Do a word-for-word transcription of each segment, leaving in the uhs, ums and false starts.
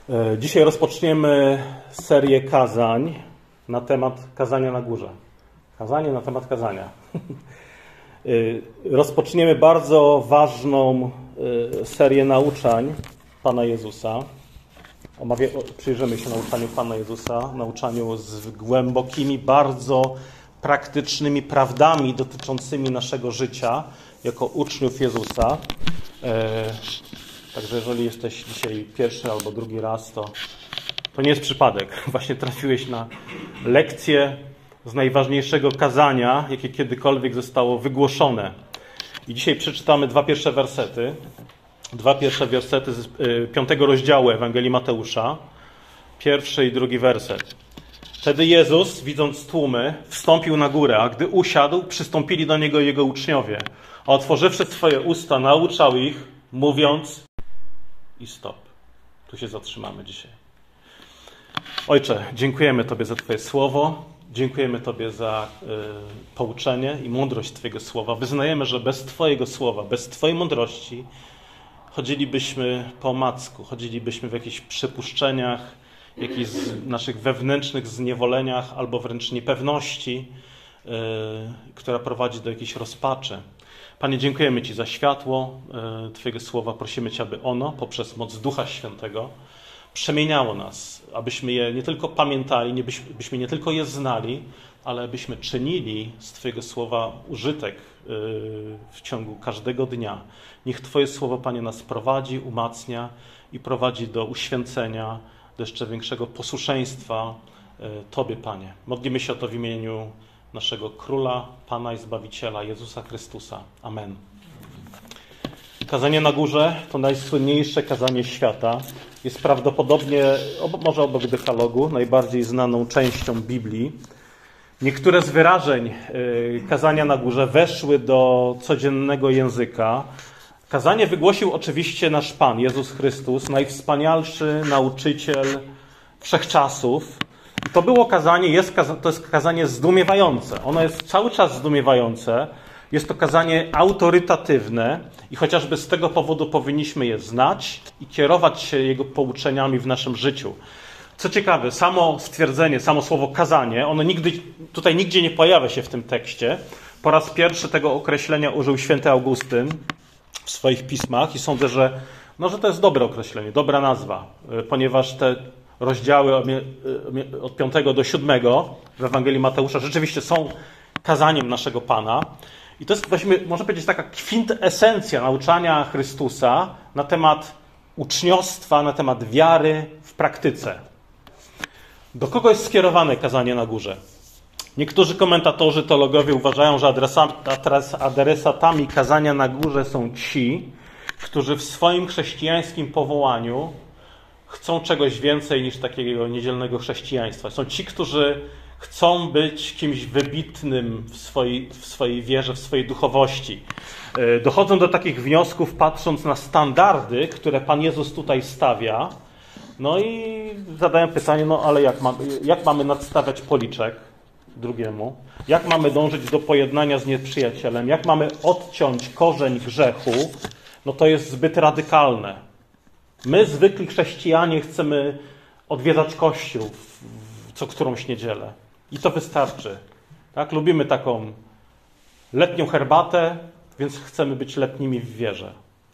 Dzisiaj rozpoczniemy serię kazań na temat kazania na górze. Kazanie na temat kazania. Rozpoczniemy bardzo ważną serię nauczań Pana Jezusa. Omawiamy, przyjrzymy się nauczaniu Pana Jezusa, nauczaniu z głębokimi, bardzo praktycznymi prawdami dotyczącymi naszego życia jako uczniów Jezusa. Także jeżeli jesteś dzisiaj pierwszy albo drugi raz, to, to nie jest przypadek. Właśnie trafiłeś na lekcję z najważniejszego kazania, jakie kiedykolwiek zostało wygłoszone. I dzisiaj przeczytamy dwa pierwsze wersety. Dwa pierwsze wersety z piątego rozdziału Ewangelii Mateusza. Pierwszy i drugi werset. Wtedy Jezus, widząc tłumy, wstąpił na górę, a gdy usiadł, przystąpili do Niego Jego uczniowie. A otworzywszy swoje usta, nauczał ich, mówiąc... I stop. Tu się zatrzymamy dzisiaj. Ojcze, dziękujemy Tobie za Twoje słowo. Dziękujemy Tobie za y, pouczenie i mądrość Twojego słowa. Wyznajemy, że bez Twojego słowa, bez Twojej mądrości chodzilibyśmy po omacku, chodzilibyśmy w jakichś przypuszczeniach, jakichś naszych wewnętrznych zniewoleniach albo wręcz niepewności, y, która prowadzi do jakiejś rozpaczy. Panie, dziękujemy Ci za światło Twojego słowa. Prosimy Cię, aby ono poprzez moc Ducha Świętego przemieniało nas, abyśmy je nie tylko pamiętali, byśmy nie tylko je znali, ale abyśmy czynili z Twojego słowa użytek w ciągu każdego dnia. Niech Twoje słowo, Panie, nas prowadzi, umacnia i prowadzi do uświęcenia, do jeszcze większego posłuszeństwa Tobie, Panie. Modlimy się o to w imieniu naszego Króla, Pana i Zbawiciela, Jezusa Chrystusa. Amen. Kazanie na górze to najsłynniejsze kazanie świata. Jest prawdopodobnie, może obok dekalogu, najbardziej znaną częścią Biblii. Niektóre z wyrażeń kazania na górze weszły do codziennego języka. Kazanie wygłosił oczywiście nasz Pan, Jezus Chrystus, najwspanialszy nauczyciel wszechczasów. I to było kazanie, jest, to jest kazanie zdumiewające. Ono jest cały czas zdumiewające. Jest to kazanie autorytatywne i chociażby z tego powodu powinniśmy je znać i kierować się jego pouczeniami w naszym życiu. Co ciekawe, samo stwierdzenie, samo słowo kazanie, ono nigdy, tutaj nigdzie nie pojawia się w tym tekście. Po raz pierwszy tego określenia użył święty Augustyn w swoich pismach i sądzę, że, no, że to jest dobre określenie, dobra nazwa, ponieważ te rozdziały od piątego do siódmego w Ewangelii Mateusza rzeczywiście są kazaniem naszego Pana. I to jest właściwie, można powiedzieć, taka kwintesencja nauczania Chrystusa na temat uczniostwa, na temat wiary w praktyce. Do kogo jest skierowane kazanie na górze? Niektórzy komentatorzy, teologowie uważają, że adresatami kazania na górze są ci, którzy w swoim chrześcijańskim powołaniu chcą czegoś więcej niż takiego niedzielnego chrześcijaństwa. Są ci, którzy chcą być kimś wybitnym w swojej, w swojej wierze, w swojej duchowości. Dochodzą do takich wniosków, patrząc na standardy, które Pan Jezus tutaj stawia. No i zadają pytanie, no ale jak, ma, jak mamy nadstawiać policzek drugiemu? Jak mamy dążyć do pojednania z nieprzyjacielem? Jak mamy odciąć korzeń grzechu? No to jest zbyt radykalne. My, zwykli chrześcijanie, chcemy odwiedzać Kościół co którąś niedzielę. I to wystarczy. Tak? Lubimy taką letnią herbatę, więc chcemy być letnimi w wierze.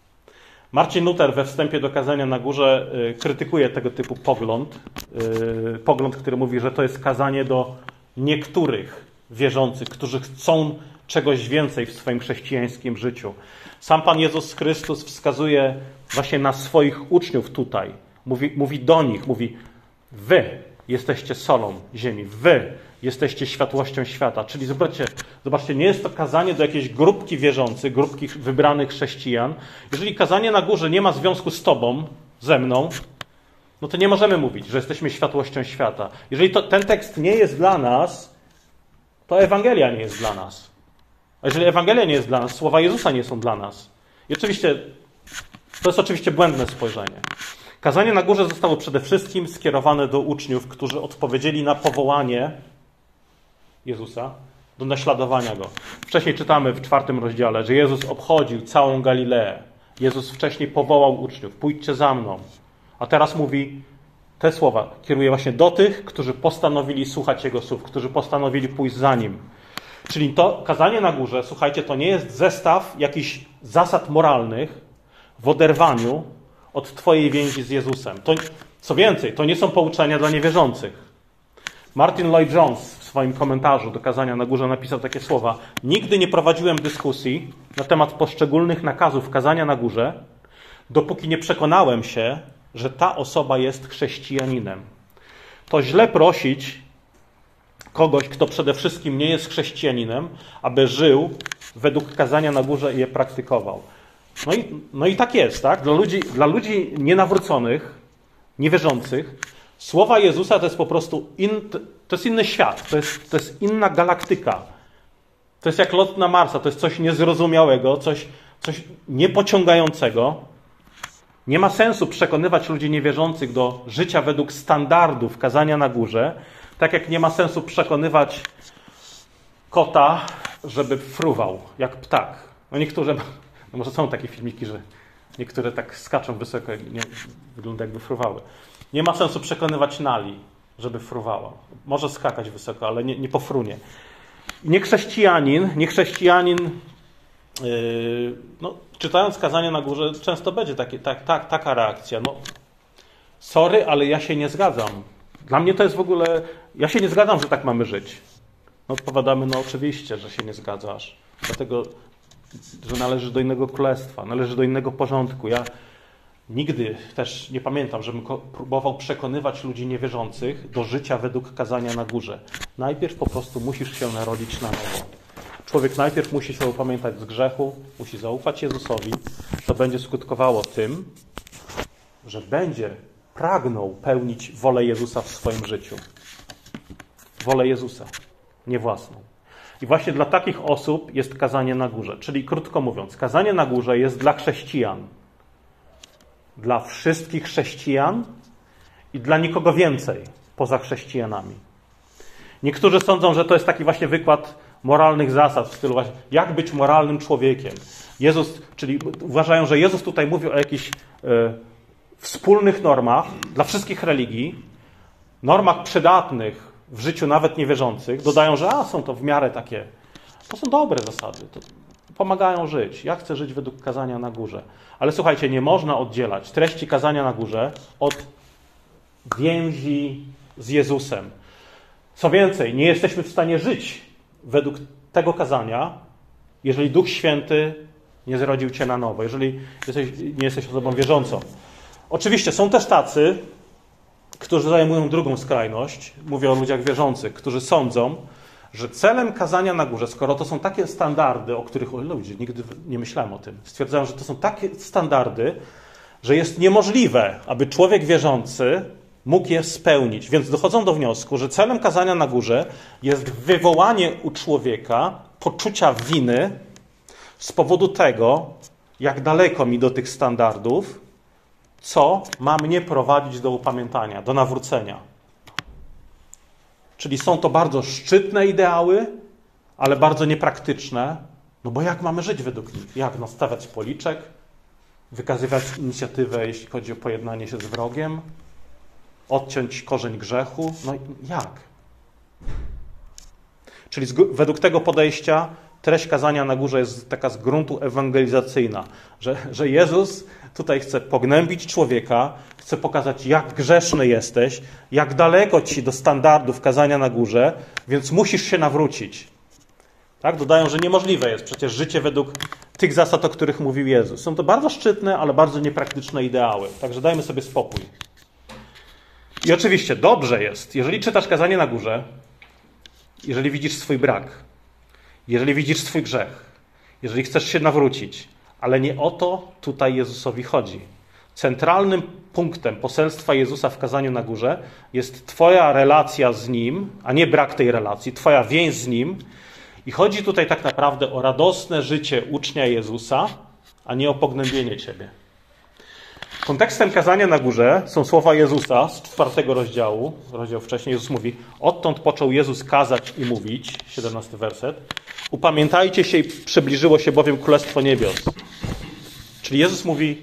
Marcin Luther we wstępie do kazania na górze krytykuje tego typu pogląd. Pogląd, który mówi, że to jest kazanie do niektórych wierzących, którzy chcą czegoś więcej w swoim chrześcijańskim życiu. Sam Pan Jezus Chrystus wskazuje właśnie na swoich uczniów tutaj. Mówi, mówi do nich, mówi: wy jesteście solą ziemi, wy jesteście światłością świata. Czyli zobaczcie, zobaczcie, nie jest to kazanie do jakiejś grupki wierzących, grupki wybranych chrześcijan. Jeżeli kazanie na górze nie ma związku z tobą, ze mną, no to nie możemy mówić, że jesteśmy światłością świata. Jeżeli to, ten tekst nie jest dla nas, to Ewangelia nie jest dla nas. A jeżeli Ewangelia nie jest dla nas, słowa Jezusa nie są dla nas. I oczywiście, to jest oczywiście błędne spojrzenie. Kazanie na górze zostało przede wszystkim skierowane do uczniów, którzy odpowiedzieli na powołanie Jezusa do naśladowania Go. Wcześniej czytamy w czwartym rozdziale, że Jezus obchodził całą Galileę. Jezus wcześniej powołał uczniów: pójdźcie za mną. A teraz mówi: te słowa kieruje właśnie do tych, którzy postanowili słuchać Jego słów, którzy postanowili pójść za Nim. Czyli to kazanie na górze, słuchajcie, to nie jest zestaw jakichś zasad moralnych w oderwaniu od Twojej więzi z Jezusem. To, co więcej, to nie są pouczenia dla niewierzących. Martin Lloyd-Jones w swoim komentarzu do kazania na górze napisał takie słowa: nigdy nie prowadziłem dyskusji na temat poszczególnych nakazów kazania na górze, dopóki nie przekonałem się, że ta osoba jest chrześcijaninem. To źle prosić kogoś, kto przede wszystkim nie jest chrześcijaninem, aby żył według kazania na górze i je praktykował. No i, no i tak jest, tak? Dla ludzi, dla ludzi nienawróconych, niewierzących, słowa Jezusa to jest po prostu in, to jest inny świat, to jest, to jest inna galaktyka. To jest jak lot na Marsa, to jest coś niezrozumiałego, coś, coś niepociągającego. Nie ma sensu przekonywać ludzi niewierzących do życia według standardów kazania na górze, tak jak nie ma sensu przekonywać kota, żeby fruwał, jak ptak. No niektórzy, no może są takie filmiki, że niektóre tak skaczą wysoko i nie, wygląda jakby fruwały. Nie ma sensu przekonywać Nali, żeby fruwała. Może skakać wysoko, ale nie, nie pofrunie. Nie chrześcijanin, nie chrześcijanin yy, no, czytając kazanie na górze, często będzie takie, tak, tak, taka reakcja. No, sorry, ale ja się nie zgadzam. Dla mnie to jest w ogóle... Ja się nie zgadzam, że tak mamy żyć. No odpowiadamy, no oczywiście, że się nie zgadzasz. Dlatego, że należysz do innego królestwa, należysz do innego porządku. Ja nigdy też nie pamiętam, żebym próbował przekonywać ludzi niewierzących do życia według kazania na górze. Najpierw po prostu musisz się narodzić na nowo. Człowiek najpierw musi się upamiętać z grzechu, musi zaufać Jezusowi. To będzie skutkowało tym, że będzie pragnął pełnić wolę Jezusa w swoim życiu. Wolę Jezusa, nie własną. I właśnie dla takich osób jest kazanie na górze. Czyli krótko mówiąc, kazanie na górze jest dla chrześcijan. Dla wszystkich chrześcijan i dla nikogo więcej poza chrześcijanami. Niektórzy sądzą, że to jest taki właśnie wykład moralnych zasad w stylu właśnie, jak być moralnym człowiekiem. Jezus, czyli uważają, że Jezus tutaj mówi o jakichś y, wspólnych normach dla wszystkich religii, normach przydatnych w życiu nawet niewierzących. Dodają, że a, są to w miarę takie, to są dobre zasady, to pomagają żyć. Ja chcę żyć według kazania na górze. Ale słuchajcie, nie można oddzielać treści kazania na górze od więzi z Jezusem. Co więcej, nie jesteśmy w stanie żyć według tego kazania, jeżeli Duch Święty nie zrodził cię na nowo, jeżeli jesteś, nie jesteś osobą wierzącą. Oczywiście są też tacy, którzy zajmują drugą skrajność, mówię o ludziach wierzących, którzy sądzą, że celem kazania na górze, skoro to są takie standardy, o których o ludzie nigdy nie myślałem o tym, stwierdzają, że to są takie standardy, że jest niemożliwe, aby człowiek wierzący mógł je spełnić. Więc dochodzą do wniosku, że celem kazania na górze jest wywołanie u człowieka poczucia winy z powodu tego, jak daleko mi do tych standardów, co ma mnie prowadzić do upamiętania, do nawrócenia. Czyli są to bardzo szczytne ideały, ale bardzo niepraktyczne. No bo jak mamy żyć według nich? Jak? No stawiać policzek? Wykazywać inicjatywę, jeśli chodzi o pojednanie się z wrogiem? Odciąć korzeń grzechu? No jak? Czyli według tego podejścia treść kazania na górze jest taka z gruntu ewangelizacyjna, że, że Jezus tutaj chce pognębić człowieka, chce pokazać, jak grzeszny jesteś, jak daleko ci do standardów kazania na górze, więc musisz się nawrócić. Tak? Dodają, że niemożliwe jest przecież życie według tych zasad, o których mówił Jezus. Są to bardzo szczytne, ale bardzo niepraktyczne ideały. Także dajmy sobie spokój. I oczywiście dobrze jest, jeżeli czytasz kazanie na górze, jeżeli widzisz swój brak, jeżeli widzisz swój grzech, jeżeli chcesz się nawrócić, ale nie o to tutaj Jezusowi chodzi. Centralnym punktem poselstwa Jezusa w kazaniu na górze jest twoja relacja z Nim, a nie brak tej relacji, twoja więź z Nim. I chodzi tutaj tak naprawdę o radosne życie ucznia Jezusa, a nie o pognębienie ciebie. Kontekstem kazania na górze są słowa Jezusa z czwartego rozdziału, rozdział wcześniej. Jezus mówi, odtąd począł Jezus kazać i mówić, siedemnasty werset, upamiętajcie się i przybliżyło się bowiem Królestwo Niebios. Czyli Jezus mówi,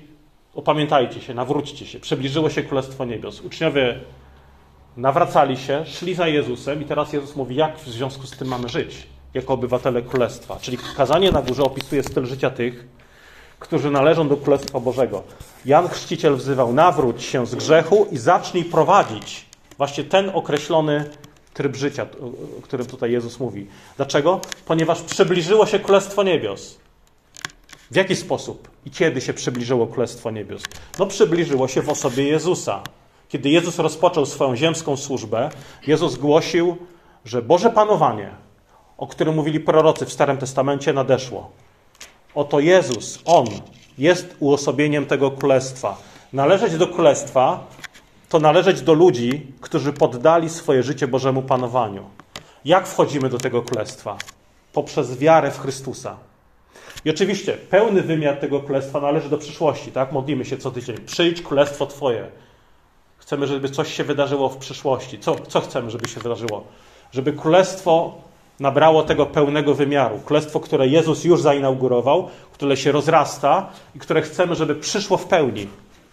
opamiętajcie się, nawróćcie się, przybliżyło się Królestwo Niebios. Uczniowie nawracali się, szli za Jezusem i teraz Jezus mówi, jak w związku z tym mamy żyć jako obywatele Królestwa. Czyli kazanie na górze opisuje styl życia tych, którzy należą do Królestwa Bożego. Jan Chrzciciel wzywał, nawróć się z grzechu i zacznij prowadzić właśnie ten określony tryb życia, o którym tutaj Jezus mówi. Dlaczego? Ponieważ przybliżyło się Królestwo Niebios. W jaki sposób i kiedy się przybliżyło Królestwo Niebios? No przybliżyło się w osobie Jezusa. Kiedy Jezus rozpoczął swoją ziemską służbę, Jezus głosił, że Boże Panowanie, o którym mówili prorocy w Starym Testamencie, nadeszło. Oto Jezus, On jest uosobieniem tego Królestwa. Należeć do Królestwa to należeć do ludzi, którzy poddali swoje życie Bożemu Panowaniu. Jak wchodzimy do tego Królestwa? Poprzez wiarę w Chrystusa. I oczywiście pełny wymiar tego Królestwa należy do przyszłości. Tak? Modlimy się co tydzień. Przyjdź Królestwo Twoje. Chcemy, żeby coś się wydarzyło w przyszłości. Co, co chcemy, żeby się wydarzyło? Żeby Królestwo nabrało tego pełnego wymiaru. Królestwo, które Jezus już zainaugurował, które się rozrasta i które chcemy, żeby przyszło w pełni.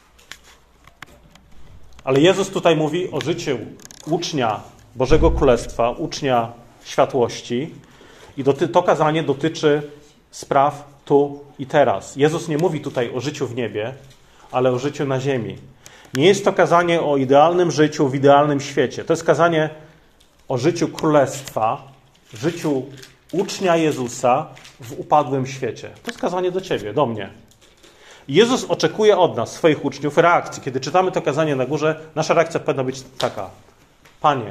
Ale Jezus tutaj mówi o życiu ucznia Bożego Królestwa, ucznia światłości i to kazanie dotyczy spraw tu i teraz. Jezus nie mówi tutaj o życiu w niebie, ale o życiu na ziemi. Nie jest to kazanie o idealnym życiu w idealnym świecie. To jest kazanie o życiu Królestwa, życiu ucznia Jezusa w upadłym świecie. To jest kazanie do ciebie, do mnie. Jezus oczekuje od nas, swoich uczniów, reakcji. Kiedy czytamy to kazanie na górze, nasza reakcja powinna być taka. Panie,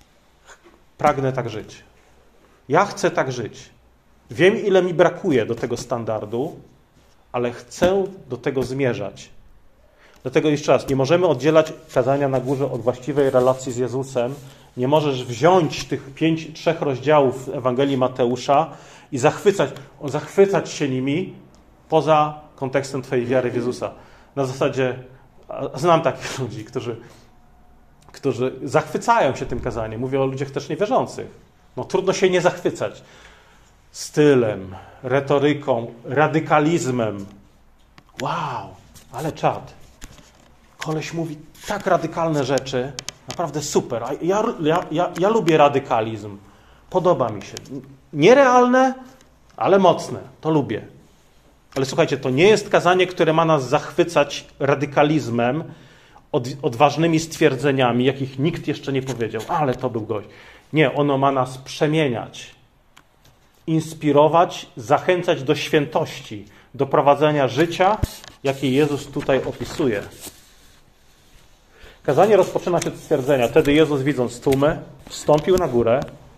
pragnę tak żyć. Ja chcę tak żyć. Wiem, ile mi brakuje do tego standardu, ale chcę do tego zmierzać. Dlatego jeszcze raz, nie możemy oddzielać kazania na górze od właściwej relacji z Jezusem. Nie możesz wziąć tych pięć, trzech rozdziałów Ewangelii Mateusza i zachwycać, zachwycać się nimi poza kontekstem twojej wiary w Jezusa. Na zasadzie, znam takich ludzi, którzy, którzy zachwycają się tym kazaniem. Mówię o ludziach też niewierzących. No trudno się nie zachwycać. Stylem, retoryką, radykalizmem. Wow, ale czad. Koleś mówi tak radykalne rzeczy, naprawdę super. A ja, ja, ja, ja lubię radykalizm. Podoba mi się. Nierealne, ale mocne. To lubię. Ale słuchajcie, to nie jest kazanie, które ma nas zachwycać radykalizmem, od, odważnymi stwierdzeniami, jakich nikt jeszcze nie powiedział. Ale to był gość. Nie, ono ma nas przemieniać, inspirować, zachęcać do świętości, do prowadzenia życia, jakie Jezus tutaj opisuje. Kazanie rozpoczyna się od stwierdzenia. Wtedy Jezus, widząc tłumy, wstąpił na górę,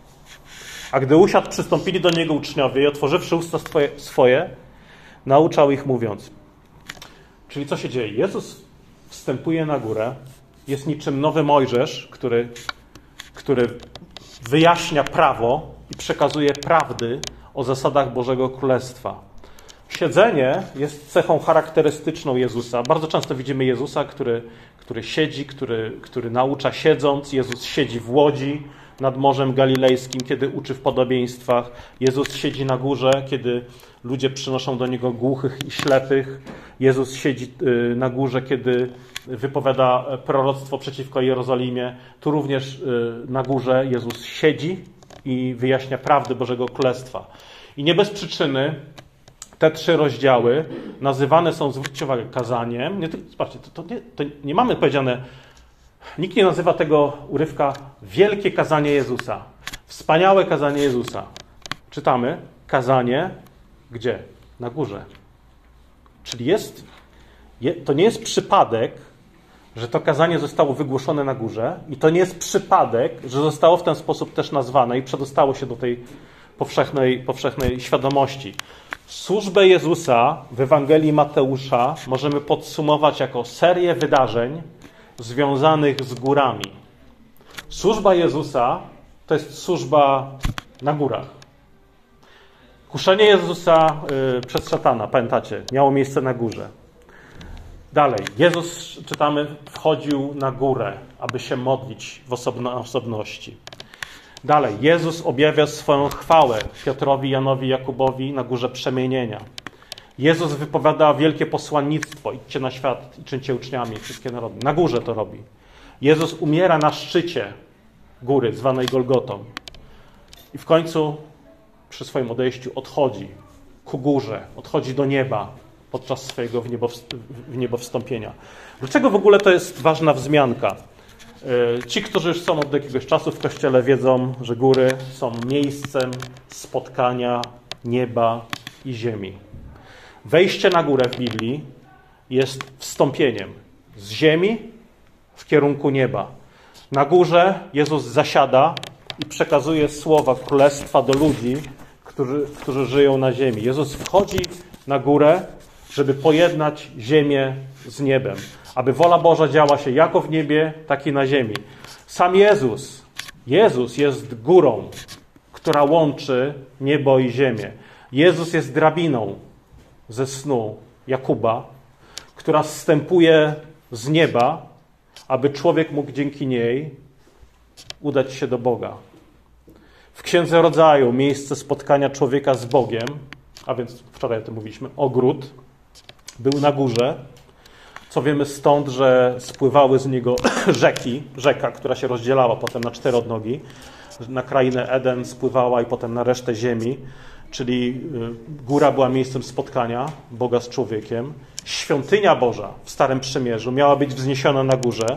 a gdy usiadł, przystąpili do Niego uczniowie i otworzywszy usta swoje, swoje nauczał ich mówiąc. Czyli co się dzieje? Jezus wstępuje na górę, jest niczym nowy Mojżesz, który, który wyjaśnia prawo i przekazuje prawdy o zasadach Bożego Królestwa. Siedzenie jest cechą charakterystyczną Jezusa. Bardzo często widzimy Jezusa, który, który siedzi, który, który naucza siedząc. Jezus siedzi w łodzi nad Morzem Galilejskim, kiedy uczy w podobieństwach. Jezus siedzi na górze, kiedy ludzie przynoszą do Niego głuchych i ślepych. Jezus siedzi na górze, kiedy wypowiada proroctwo przeciwko Jerozolimie. Tu również na górze Jezus siedzi i wyjaśnia prawdy Bożego Królestwa. I nie bez przyczyny te trzy rozdziały nazywane są, zwróćcie uwagę, kazaniem. Nie, zobaczcie, to, to, nie, to nie mamy powiedziane, nikt nie nazywa tego urywka wielkie kazanie Jezusa. Wspaniałe kazanie Jezusa. Czytamy kazanie gdzie? Na górze. Czyli jest, to nie jest przypadek, że to kazanie zostało wygłoszone na górze i to nie jest przypadek, że zostało w ten sposób też nazwane i przedostało się do tej powszechnej, powszechnej świadomości. Służbę Jezusa w Ewangelii Mateusza możemy podsumować jako serię wydarzeń związanych z górami. Służba Jezusa to jest służba na górach. Kuszenie Jezusa y, przez szatana, pamiętacie, miało miejsce na górze. Dalej, Jezus, czytamy, wchodził na górę, aby się modlić w osobno, osobności. Dalej, Jezus objawia swoją chwałę Piotrowi, Janowi, Jakubowi na górze przemienienia. Jezus wypowiada wielkie posłannictwo, idźcie na świat i czyńcie uczniami wszystkie narody. Na górze to robi. Jezus umiera na szczycie góry, zwanej Golgotą. I w końcu przy swoim odejściu odchodzi ku górze, odchodzi do nieba podczas swojego w niebo, w niebo wstąpienia. Dlaczego w ogóle to jest ważna wzmianka? Ci, którzy już są od jakiegoś czasu w Kościele, wiedzą, że góry są miejscem spotkania nieba i ziemi. Wejście na górę w Biblii jest wstąpieniem z ziemi w kierunku nieba. Na górze Jezus zasiada i przekazuje słowa Królestwa do ludzi, którzy, którzy żyją na ziemi. Jezus wchodzi na górę, żeby pojednać ziemię z niebem. Aby wola Boża działa się jako w niebie, tak i na ziemi. Sam Jezus, Jezus jest górą, która łączy niebo i ziemię. Jezus jest drabiną ze snu Jakuba, która zstępuje z nieba, aby człowiek mógł dzięki niej udać się do Boga. W Księdze Rodzaju miejsce spotkania człowieka z Bogiem, a więc wczoraj o tym mówiliśmy, ogród, był na górze, co wiemy stąd, że spływały z niego rzeki, rzeka, która się rozdzielała potem na cztery odnogi, na krainę Eden spływała i potem na resztę ziemi, czyli góra była miejscem spotkania Boga z człowiekiem. Świątynia Boża w Starym Przymierzu miała być wzniesiona na górze.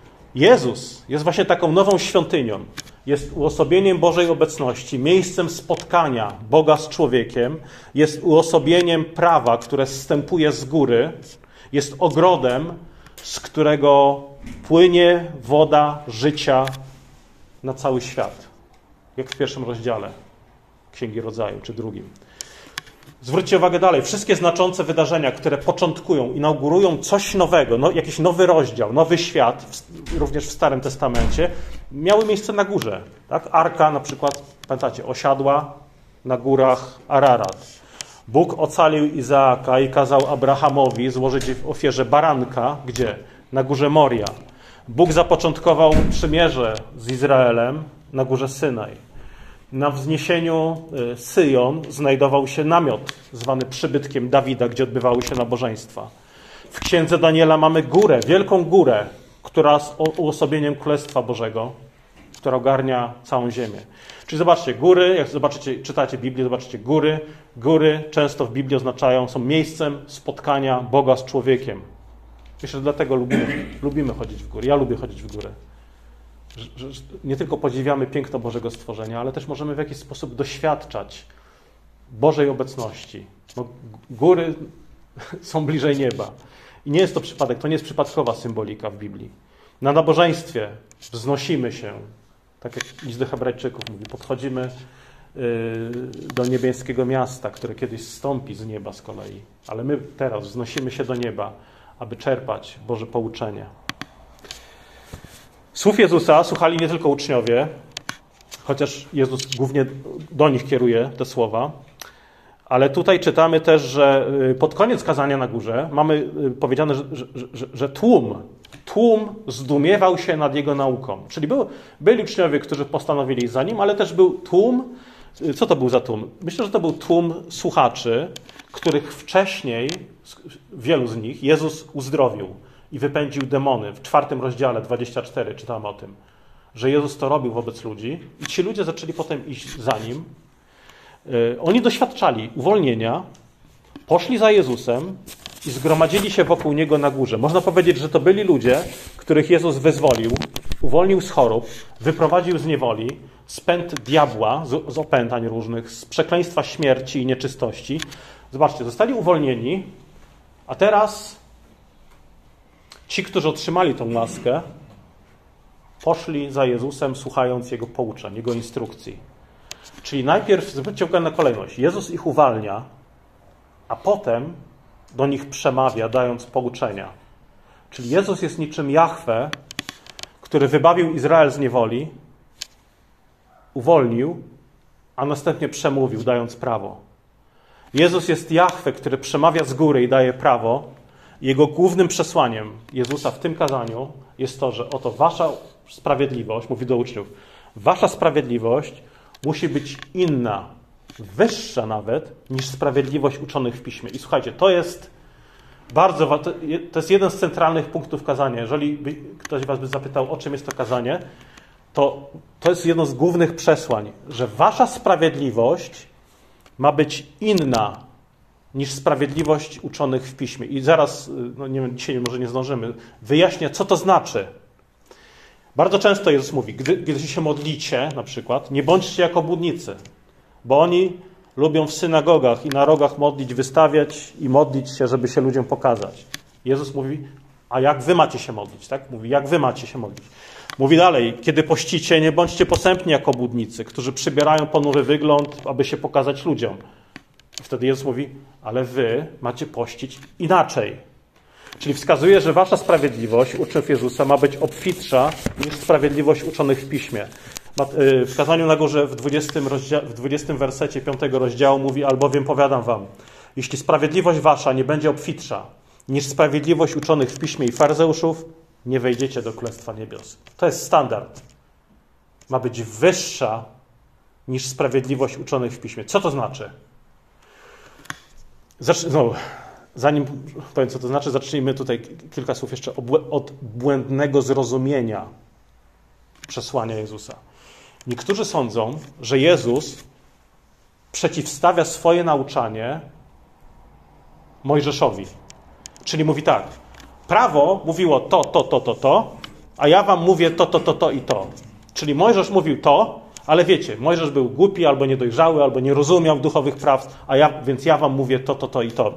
Jezus jest właśnie taką nową świątynią. Jest uosobieniem Bożej obecności, miejscem spotkania Boga z człowiekiem, jest uosobieniem prawa, które zstępuje z góry, jest ogrodem, z którego płynie woda życia na cały świat. Jak w pierwszym rozdziale Księgi Rodzaju, czy drugim. Zwróćcie uwagę dalej. Wszystkie znaczące wydarzenia, które początkują, inaugurują coś nowego, no, jakiś nowy rozdział, nowy świat, w, również w Starym Testamencie, miały miejsce na górze. Tak? Arka na przykład, pamiętacie, osiadła na górach Ararat. Bóg ocalił Izaaka i kazał Abrahamowi złożyć w ofierze baranka. Gdzie? Na górze Moria. Bóg zapoczątkował przymierze z Izraelem na górze Synaj. Na wzniesieniu Syjon znajdował się namiot zwany przybytkiem Dawida, gdzie odbywały się nabożeństwa. W Księdze Daniela mamy górę, wielką górę, która z uosobieniem Królestwa Bożego, która ogarnia całą ziemię. Czyli zobaczcie, góry, jak zobaczycie, czytacie Biblię, zobaczycie góry. Góry często w Biblii oznaczają, są miejscem spotkania Boga z człowiekiem. Myślę, że dlatego lubimy, lubimy chodzić w góry. Ja lubię chodzić w górę. Że, że nie tylko podziwiamy piękno Bożego stworzenia, ale też możemy w jakiś sposób doświadczać Bożej obecności. No, góry są bliżej nieba. I nie jest to przypadek, to nie jest przypadkowa symbolika w Biblii. Na nabożeństwie wznosimy się, tak jak list do Hebrajczyków mówi, podchodzimy do niebieskiego miasta, które kiedyś zstąpi z nieba z kolei. Ale my teraz wznosimy się do nieba, aby czerpać Boże pouczenie. Słów Jezusa słuchali nie tylko uczniowie, chociaż Jezus głównie do nich kieruje te słowa, ale tutaj czytamy też, że pod koniec kazania na górze mamy powiedziane, że, że, że, że tłum, tłum zdumiewał się nad jego nauką. Czyli był, byli uczniowie, którzy postanowili za nim, ale też był tłum. Co to był za tłum? Myślę, że to był tłum słuchaczy, których wcześniej, wielu z nich, Jezus uzdrowił i wypędził demony. W czwartym rozdziale, dwadzieścia cztery, czytamy o tym, że Jezus to robił wobec ludzi i ci ludzie zaczęli potem iść za Nim. Oni doświadczali uwolnienia, poszli za Jezusem i zgromadzili się wokół Niego na górze. Można powiedzieć, że to byli ludzie, których Jezus wyzwolił, uwolnił z chorób, wyprowadził z niewoli, z pęd diabła, z, z opętań różnych, z przekleństwa śmierci i nieczystości. Zobaczcie, zostali uwolnieni, a teraz ci, którzy otrzymali tą łaskę, poszli za Jezusem, słuchając Jego pouczeń, Jego instrukcji. Czyli najpierw, zwróćcie uwagę na kolejność, Jezus ich uwalnia, a potem do nich przemawia, dając pouczenia. Czyli Jezus jest niczym Jahwe, który wybawił Izrael z niewoli, uwolnił, a następnie przemówił, dając prawo. Jezus jest Jahwe, który przemawia z góry i daje prawo. Jego głównym przesłaniem Jezusa w tym kazaniu jest to, że oto wasza sprawiedliwość, mówi do uczniów, wasza sprawiedliwość musi być inna wyższa nawet niż sprawiedliwość uczonych w Piśmie. I słuchajcie, to jest bardzo, to jest jeden z centralnych punktów kazania. Jeżeli by, ktoś was by zapytał, o czym jest to kazanie, to to jest jedno z głównych przesłań, że wasza sprawiedliwość ma być inna niż sprawiedliwość uczonych w Piśmie. I zaraz, no nie wiem, dzisiaj może nie zdążymy, wyjaśnię, co to znaczy. Bardzo często Jezus mówi, gdy, gdy się modlicie, na przykład, nie bądźcie jak obłudnicy, bo oni lubią w synagogach i na rogach modlić, wystawiać i modlić się, żeby się ludziom pokazać. Jezus mówi, a jak wy macie się modlić? Tak? Mówi, jak wy macie się modlić? Mówi dalej, kiedy pościcie, nie bądźcie posępni jak obłudnicy, którzy przybierają ponury wygląd, aby się pokazać ludziom. I wtedy Jezus mówi, ale wy macie pościć inaczej. Czyli wskazuje, że wasza sprawiedliwość, uczniów Jezusa, ma być obfitsza niż sprawiedliwość uczonych w Piśmie. W Kazaniu na Górze w dwudziestym, rozdzia- w dwudziestym wersecie piątego rozdziału mówi, albowiem powiadam wam, jeśli sprawiedliwość wasza nie będzie obfitsza niż sprawiedliwość uczonych w Piśmie i faryzeuszów, nie wejdziecie do Królestwa Niebios. To jest standard. Ma być wyższa niż sprawiedliwość uczonych w Piśmie. Co to znaczy? Zacz- no, zanim powiem, co to znaczy, zacznijmy tutaj kilka słów jeszcze od błędnego zrozumienia przesłania Jezusa. Niektórzy sądzą, że Jezus przeciwstawia swoje nauczanie Mojżeszowi. Czyli mówi tak, prawo mówiło to, to, to, to, to, a ja wam mówię to, to, to, to i to. Czyli Mojżesz mówił to, ale wiecie, Mojżesz był głupi, albo niedojrzały, albo nie rozumiał duchowych praw, a ja, więc ja wam mówię to, to, to i to.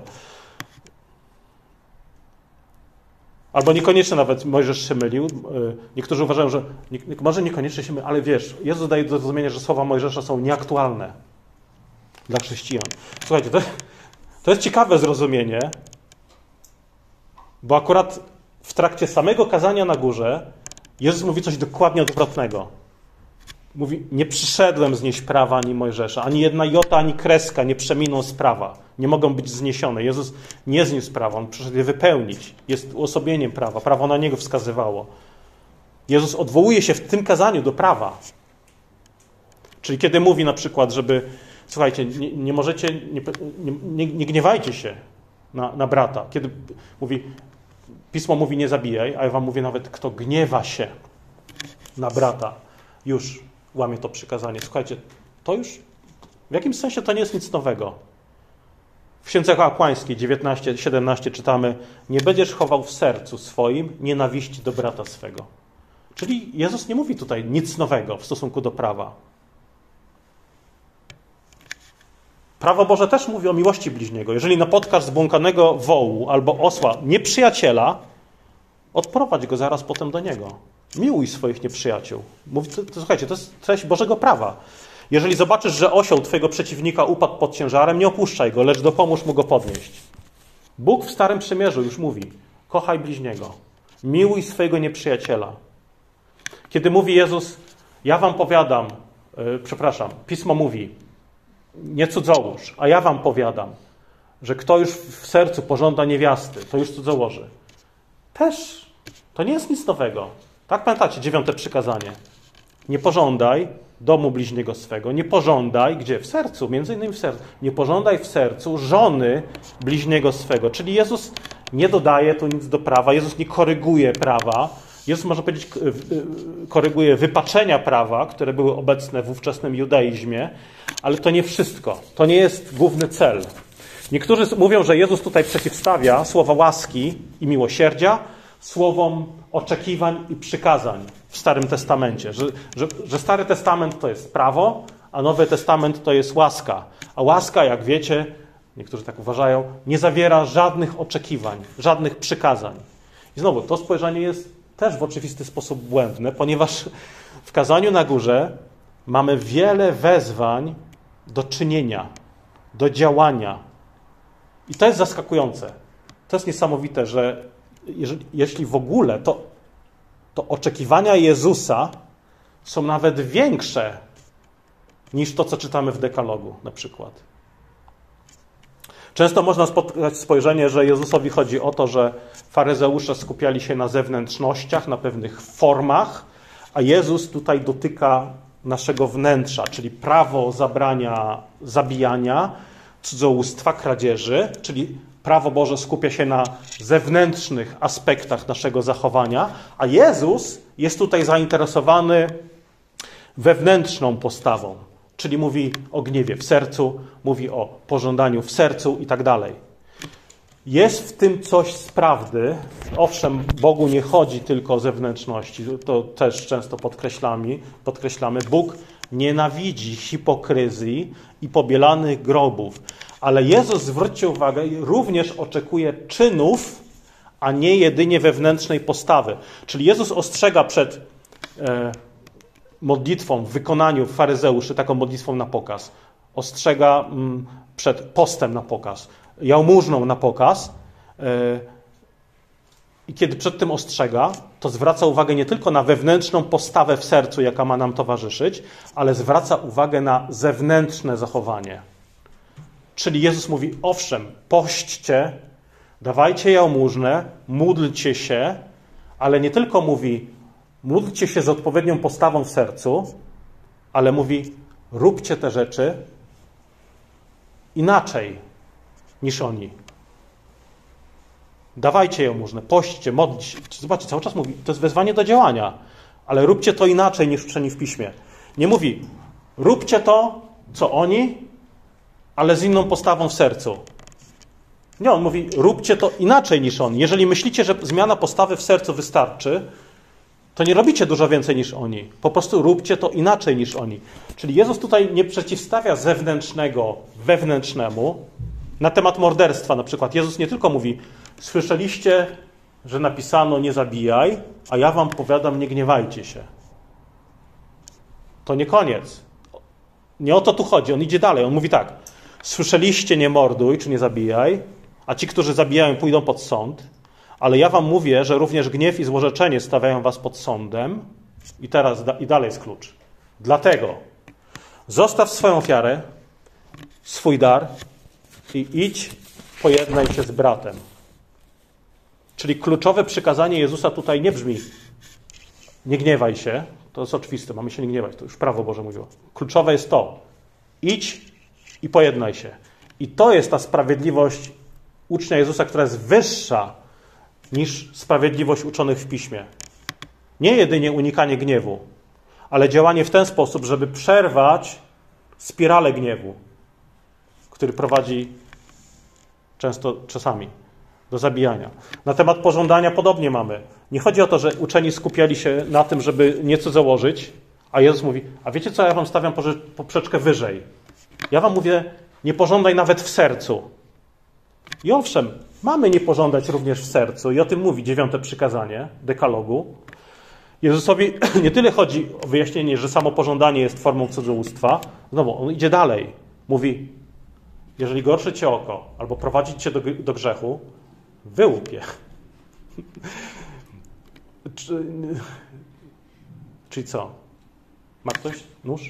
Albo niekoniecznie nawet Mojżesz się mylił. Niektórzy uważają, że nie, może niekoniecznie się mylił, ale wiesz, Jezus daje do zrozumienia, że słowa Mojżesza są nieaktualne dla chrześcijan. Słuchajcie, to, to jest ciekawe zrozumienie, bo akurat w trakcie samego kazania na górze Jezus mówi coś dokładnie odwrotnego. Mówi, nie przyszedłem znieść prawa ani Mojżesza, ani jedna jota, ani kreska nie przeminą z prawa. Nie mogą być zniesione. Jezus nie zniósł prawa, on przyszedł je wypełnić. Jest uosobieniem prawa. Prawo na niego wskazywało. Jezus odwołuje się w tym kazaniu do prawa. Czyli kiedy mówi na przykład, żeby, słuchajcie, nie, nie możecie, nie, nie, nie gniewajcie się na, na brata. Kiedy mówi, Pismo mówi nie zabijaj, a ja wam mówię nawet, kto gniewa się na brata, już łamie to przykazanie. Słuchajcie, to już w jakimś sensie to nie jest nic nowego. W Księdze Kapłańskiej dziewiętnaście siedemnaście czytamy, nie będziesz chował w sercu swoim nienawiści do brata swego. Czyli Jezus nie mówi tutaj nic nowego w stosunku do prawa. Prawo Boże też mówi o miłości bliźniego. Jeżeli napotkasz zbłąkanego wołu albo osła nieprzyjaciela, odprowadź go zaraz potem do niego. Miłuj swoich nieprzyjaciół. Mówi, to, to, słuchajcie, to jest treść Bożego prawa. Jeżeli zobaczysz, że osioł twojego przeciwnika upadł pod ciężarem, nie opuszczaj go, lecz dopomóż mu go podnieść. Bóg w Starym Przymierzu już mówi, kochaj bliźniego, miłuj swojego nieprzyjaciela. Kiedy mówi Jezus, ja wam powiadam, yy, przepraszam, Pismo mówi, nie cudzołóż, a ja wam powiadam, że kto już w sercu pożąda niewiasty, to już cudzołoży. Też to nie jest nic nowego. Tak pamiętacie, dziewiąte przykazanie. Nie pożądaj domu bliźniego swego, nie pożądaj, gdzie? W sercu, między innymi w sercu. Nie pożądaj w sercu żony bliźniego swego. Czyli Jezus nie dodaje tu nic do prawa, Jezus nie koryguje prawa. Jezus, można powiedzieć, koryguje wypaczenia prawa, które były obecne w ówczesnym judaizmie, ale to nie wszystko. To nie jest główny cel. Niektórzy mówią, że Jezus tutaj przeciwstawia słowa łaski i miłosierdzia słowom oczekiwań i przykazań w Starym Testamencie. Że, że, że Stary Testament to jest prawo, a Nowy Testament to jest łaska. A łaska, jak wiecie, niektórzy tak uważają, nie zawiera żadnych oczekiwań, żadnych przykazań. I znowu, to spojrzenie jest też w oczywisty sposób błędne, ponieważ w Kazaniu na Górze mamy wiele wezwań do czynienia, do działania. I to jest zaskakujące. To jest niesamowite, że jeżeli, jeśli w ogóle, to, to oczekiwania Jezusa są nawet większe niż to, co czytamy w Dekalogu na przykład. Często można spotkać spojrzenie, że Jezusowi chodzi o to, że faryzeusze skupiali się na zewnętrznościach, na pewnych formach, a Jezus tutaj dotyka naszego wnętrza, czyli prawo zabrania zabijania, cudzołóstwa, kradzieży, czyli prawo Boże skupia się na zewnętrznych aspektach naszego zachowania, a Jezus jest tutaj zainteresowany wewnętrzną postawą, czyli mówi o gniewie w sercu, mówi o pożądaniu w sercu i tak dalej. Jest w tym coś z prawdy. Owszem, Bogu nie chodzi tylko o zewnętrzności, to też często podkreślamy. podkreślamy. Bóg nienawidzi hipokryzji i pobielanych grobów, ale Jezus, zwróćcie uwagę, również oczekuje czynów, a nie jedynie wewnętrznej postawy. Czyli Jezus ostrzega przed e, modlitwą w wykonaniu faryzeuszy, taką modlitwą na pokaz. Ostrzega mm, przed postem na pokaz, jałmużną na pokaz. E, I kiedy przed tym ostrzega, to zwraca uwagę nie tylko na wewnętrzną postawę w sercu, jaka ma nam towarzyszyć, ale zwraca uwagę na zewnętrzne zachowanie. Czyli Jezus mówi, owszem, pośćcie, dawajcie jałmużnę, módlcie się, ale nie tylko mówi, módlcie się z odpowiednią postawą w sercu, ale mówi, róbcie te rzeczy inaczej niż oni. Dawajcie jałmużnę, pośćcie, modlcie się. Zobaczcie, cały czas mówi, to jest wezwanie do działania, ale róbcie to inaczej niż uczeni w Piśmie. Nie mówi, róbcie to, co oni, ale z inną postawą w sercu. Nie, on mówi, róbcie to inaczej niż oni. Jeżeli myślicie, że zmiana postawy w sercu wystarczy, to nie robicie dużo więcej niż oni. Po prostu róbcie to inaczej niż oni. Czyli Jezus tutaj nie przeciwstawia zewnętrznego wewnętrznemu. Na temat morderstwa na przykład Jezus nie tylko mówi, słyszeliście, że napisano nie zabijaj, a ja wam powiadam, nie gniewajcie się. To nie koniec. Nie o to tu chodzi. On idzie dalej. On mówi tak, słyszeliście nie morduj, czy nie zabijaj, a ci, którzy zabijają, pójdą pod sąd, ale ja wam mówię, że również gniew i złorzeczenie stawiają was pod sądem. I teraz i dalej jest klucz. Dlatego zostaw swoją ofiarę, swój dar i idź, pojednaj się z bratem. Czyli kluczowe przykazanie Jezusa tutaj nie brzmi nie gniewaj się, to jest oczywiste, mamy się nie gniewać, to już prawo Boże mówiło. Kluczowe jest to, idź i pojednaj się. I to jest ta sprawiedliwość ucznia Jezusa, która jest wyższa niż sprawiedliwość uczonych w Piśmie. Nie jedynie unikanie gniewu, ale działanie w ten sposób, żeby przerwać spiralę gniewu, który prowadzi często, czasami, do zabijania. Na temat pożądania podobnie mamy. Nie chodzi o to, że uczeni skupiali się na tym, żeby nieco założyć, a Jezus mówi, a wiecie co, ja wam stawiam poprzeczkę wyżej. Ja wam mówię, nie pożądaj nawet w sercu. I owszem, mamy nie pożądać również w sercu i o tym mówi dziewiąte przykazanie dekalogu. Jezusowi nie tyle chodzi o wyjaśnienie, że samo pożądanie jest formą cudzołóstwa. Znowu, on idzie dalej. Mówi, jeżeli gorszy cię oko albo prowadzi cię do, do grzechu, wyłup je. Czyli co? Ma ktoś nóż?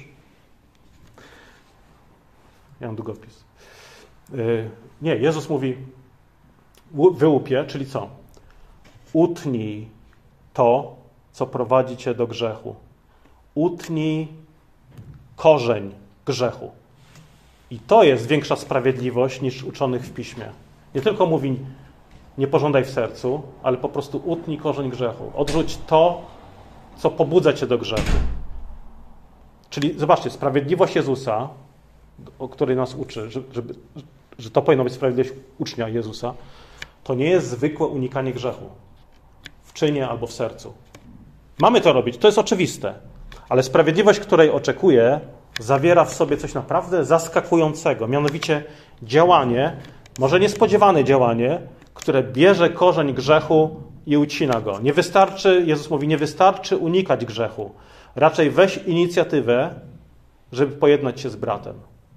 Ja mam długopis. Nie, Jezus mówi wyłup je, czyli co? Utnij to, co prowadzi cię do grzechu. Utnij korzeń grzechu. I to jest większa sprawiedliwość niż uczonych w Piśmie. Nie tylko mówi nie pożądaj w sercu, ale po prostu utnij korzeń grzechu. Odrzuć to, co pobudza cię do grzechu. Czyli zobaczcie, sprawiedliwość Jezusa, o której nas uczy, że, żeby, że to powinno być sprawiedliwość ucznia Jezusa, to nie jest zwykłe unikanie grzechu. W czynie albo w sercu. Mamy to robić, to jest oczywiste. Ale sprawiedliwość, której oczekuję, zawiera w sobie coś naprawdę zaskakującego. Mianowicie działanie, może niespodziewane działanie, które bierze korzeń grzechu i ucina go. Nie wystarczy, Jezus mówi, nie wystarczy unikać grzechu. Raczej weź inicjatywę, żeby pojednać się z bratem.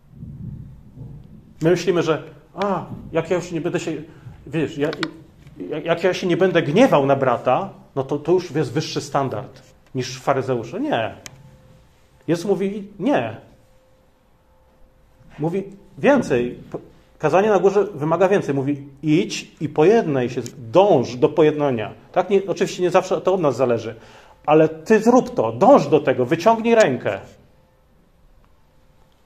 My myślimy, że a, jak ja już nie będę się, wiesz, ja, jak ja się nie będę gniewał na brata, no to to już jest wyższy standard niż faryzeusze. Nie. Jezus mówi nie. Mówi więcej. Kazanie na górze wymaga więcej. Mówi idź i pojednaj się, dąż do pojednania. Tak, nie, oczywiście nie zawsze to od nas zależy, ale ty zrób to, dąż do tego, wyciągnij rękę.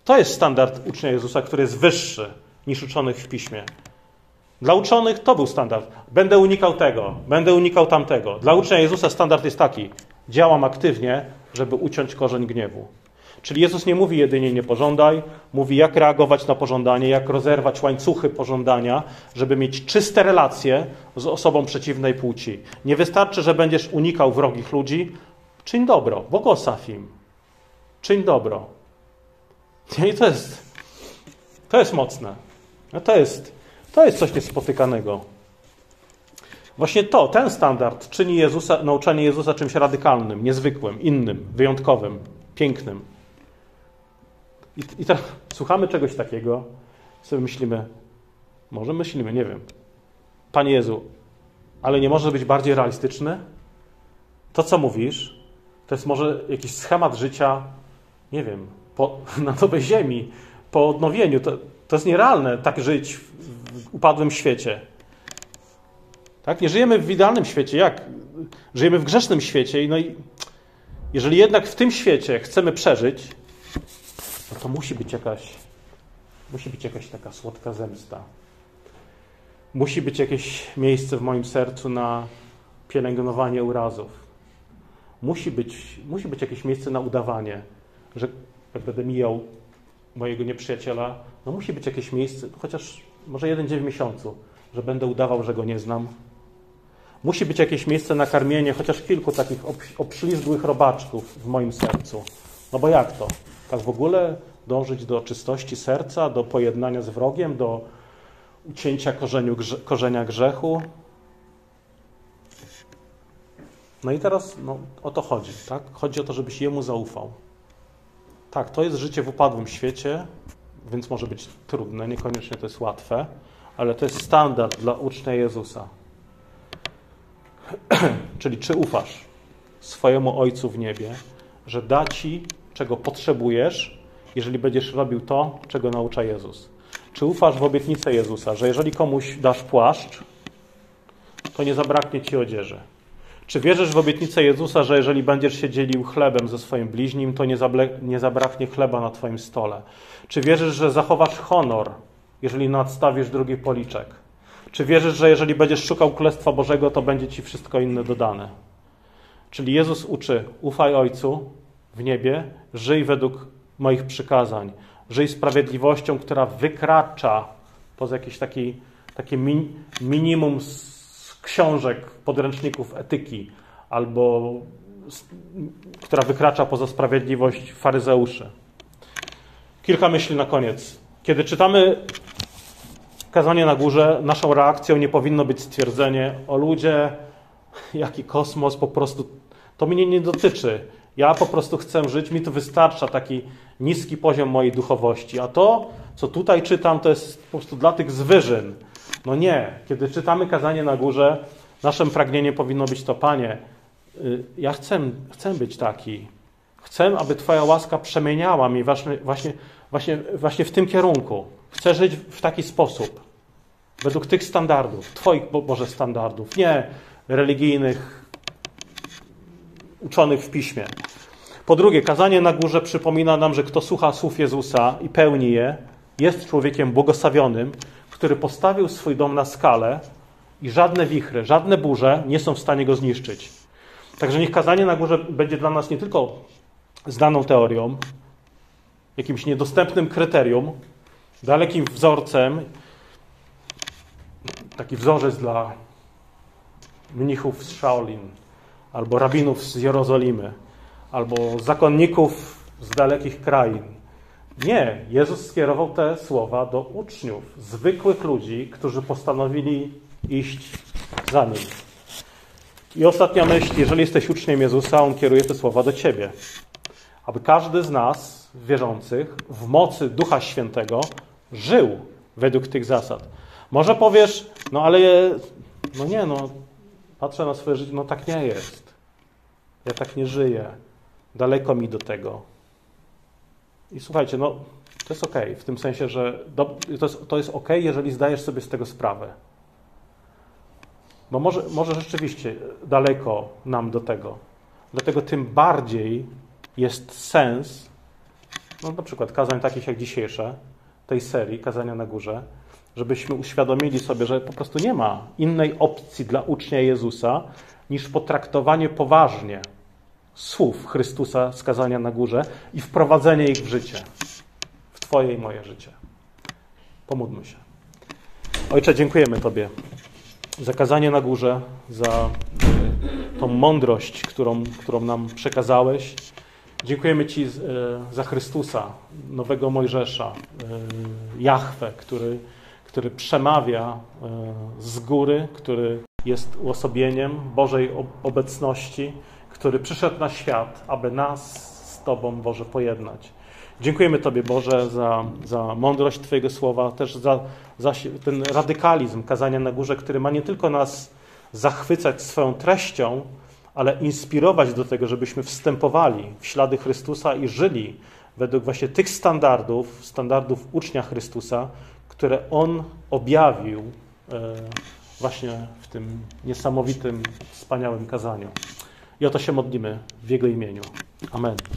To jest standard ucznia Jezusa, który jest wyższy niż uczonych w Piśmie. Dla uczonych to był standard. Będę unikał tego, będę unikał tamtego. Dla ucznia Jezusa standard jest taki. Działam aktywnie, żeby uciąć korzeń gniewu. Czyli Jezus nie mówi jedynie nie pożądaj, mówi jak reagować na pożądanie, jak rozerwać łańcuchy pożądania, żeby mieć czyste relacje z osobą przeciwnej płci. Nie wystarczy, że będziesz unikał wrogich ludzi. Czyń dobro, błogosław im. Czyń dobro. I to jest, to jest mocne. To jest, to jest coś niespotykanego. Właśnie to, ten standard czyni Jezusa, nauczanie Jezusa czymś radykalnym, niezwykłym, innym, wyjątkowym, pięknym. I, i teraz słuchamy czegoś takiego, sobie myślimy, może myślimy, nie wiem, Panie Jezu, ale nie może być bardziej realistyczny? To, co mówisz, to jest może jakiś schemat życia, nie wiem, po, na nowej ziemi, po odnowieniu. To, to jest nierealne tak żyć w, w upadłym świecie. Tak? Nie żyjemy w idealnym świecie. Jak? Żyjemy w grzesznym świecie. No i jeżeli jednak w tym świecie chcemy przeżyć, no to musi być jakaś, musi być jakaś taka słodka zemsta. Musi być jakieś miejsce w moim sercu na pielęgnowanie urazów. Musi być, musi być jakieś miejsce na udawanie, że jak będę mijał mojego nieprzyjaciela, no musi być jakieś miejsce, chociaż może jeden dzień w miesiącu, że będę udawał, że go nie znam. Musi być jakieś miejsce na karmienie chociaż kilku takich obślizgłych robaczków w moim sercu. No bo jak to? Tak w ogóle dążyć do czystości serca, do pojednania z wrogiem, do ucięcia korzeniu, grze, korzenia grzechu? No i teraz no, o to chodzi. Tak? Chodzi o to, żebyś Jemu zaufał. Tak, to jest życie w upadłym świecie, więc może być trudne, niekoniecznie to jest łatwe, ale to jest standard dla ucznia Jezusa. Czyli czy ufasz swojemu Ojcu w niebie, że da ci, czego potrzebujesz, jeżeli będziesz robił to, czego naucza Jezus? Czy ufasz w obietnicę Jezusa, że jeżeli komuś dasz płaszcz, to nie zabraknie ci odzieży? Czy wierzysz w obietnicę Jezusa, że jeżeli będziesz się dzielił chlebem ze swoim bliźnim, to nie, zable, nie zabraknie chleba na twoim stole? Czy wierzysz, że zachowasz honor, jeżeli nadstawisz drugi policzek? Czy wierzysz, że jeżeli będziesz szukał Królestwa Bożego, to będzie ci wszystko inne dodane? Czyli Jezus uczy, ufaj Ojcu w niebie, żyj według moich przykazań, żyj sprawiedliwością, która wykracza poza jakieś taki, takie min, minimum z książek, podręczników etyki, albo z, która wykracza poza sprawiedliwość faryzeuszy. Kilka myśli na koniec. Kiedy czytamy Kazanie na górze, naszą reakcją nie powinno być stwierdzenie: o ludzie, jaki kosmos, po prostu to mnie nie dotyczy. Ja po prostu chcę żyć, mi to wystarcza taki niski poziom mojej duchowości. A to, co tutaj czytam, to jest po prostu dla tych zwyżyn. No nie. Kiedy czytamy Kazanie na górze, naszym pragnieniem powinno być to: Panie, ja chcę, chcę być taki. Chcę, aby Twoja łaska przemieniała mnie właśnie, właśnie, właśnie, właśnie w tym kierunku. Chcę żyć w taki sposób, według tych standardów, Twoich, Boże, standardów, nie religijnych, uczonych w Piśmie. Po drugie, Kazanie na górze przypomina nam, że kto słucha słów Jezusa i pełni je, jest człowiekiem błogosławionym, który postawił swój dom na skalę i żadne wichry, żadne burze nie są w stanie go zniszczyć. Także niech Kazanie na górze będzie dla nas nie tylko znaną teorią, jakimś niedostępnym kryterium, dalekim wzorcem, taki wzorzec dla mnichów z Shaolin, albo rabinów z Jerozolimy, albo zakonników z dalekich krain. Nie, Jezus skierował te słowa do uczniów, zwykłych ludzi, którzy postanowili iść za Nim. I ostatnia myśl: jeżeli jesteś uczniem Jezusa, On kieruje te słowa do ciebie. Aby każdy z nas, wierzących, w mocy Ducha Świętego żył według tych zasad. Może powiesz: no ale no nie, no patrzę na swoje życie, no tak nie jest. Ja tak nie żyję. Daleko mi do tego. I słuchajcie, no to jest okej, w tym sensie, że do, to jest, to jest okej, jeżeli zdajesz sobie z tego sprawę. Bo może, może rzeczywiście daleko nam do tego. Dlatego tym bardziej jest sens no na przykład kazań takich jak dzisiejsze, tej serii, Kazania na Górze, żebyśmy uświadomili sobie, że po prostu nie ma innej opcji dla ucznia Jezusa, niż potraktowanie poważnie słów Chrystusa z Kazania na Górze i wprowadzenie ich w życie, w Twoje i moje życie. Pomódlmy się. Ojcze, dziękujemy Tobie za Kazanie na Górze, za tą mądrość, którą, którą nam przekazałeś. Dziękujemy Ci za Chrystusa, nowego Mojżesza, Jahwe, który, który przemawia z góry, który jest uosobieniem Bożej obecności, który przyszedł na świat, aby nas z Tobą, Boże, pojednać. Dziękujemy Tobie, Boże, za, za mądrość Twojego słowa, też za, za ten radykalizm Kazania na Górze, który ma nie tylko nas zachwycać swoją treścią, ale inspirować do tego, żebyśmy wstępowali w ślady Chrystusa i żyli według właśnie tych standardów, standardów ucznia Chrystusa, które On objawił właśnie w tym niesamowitym, wspaniałym kazaniu. I o to się modlimy w Jego imieniu. Amen.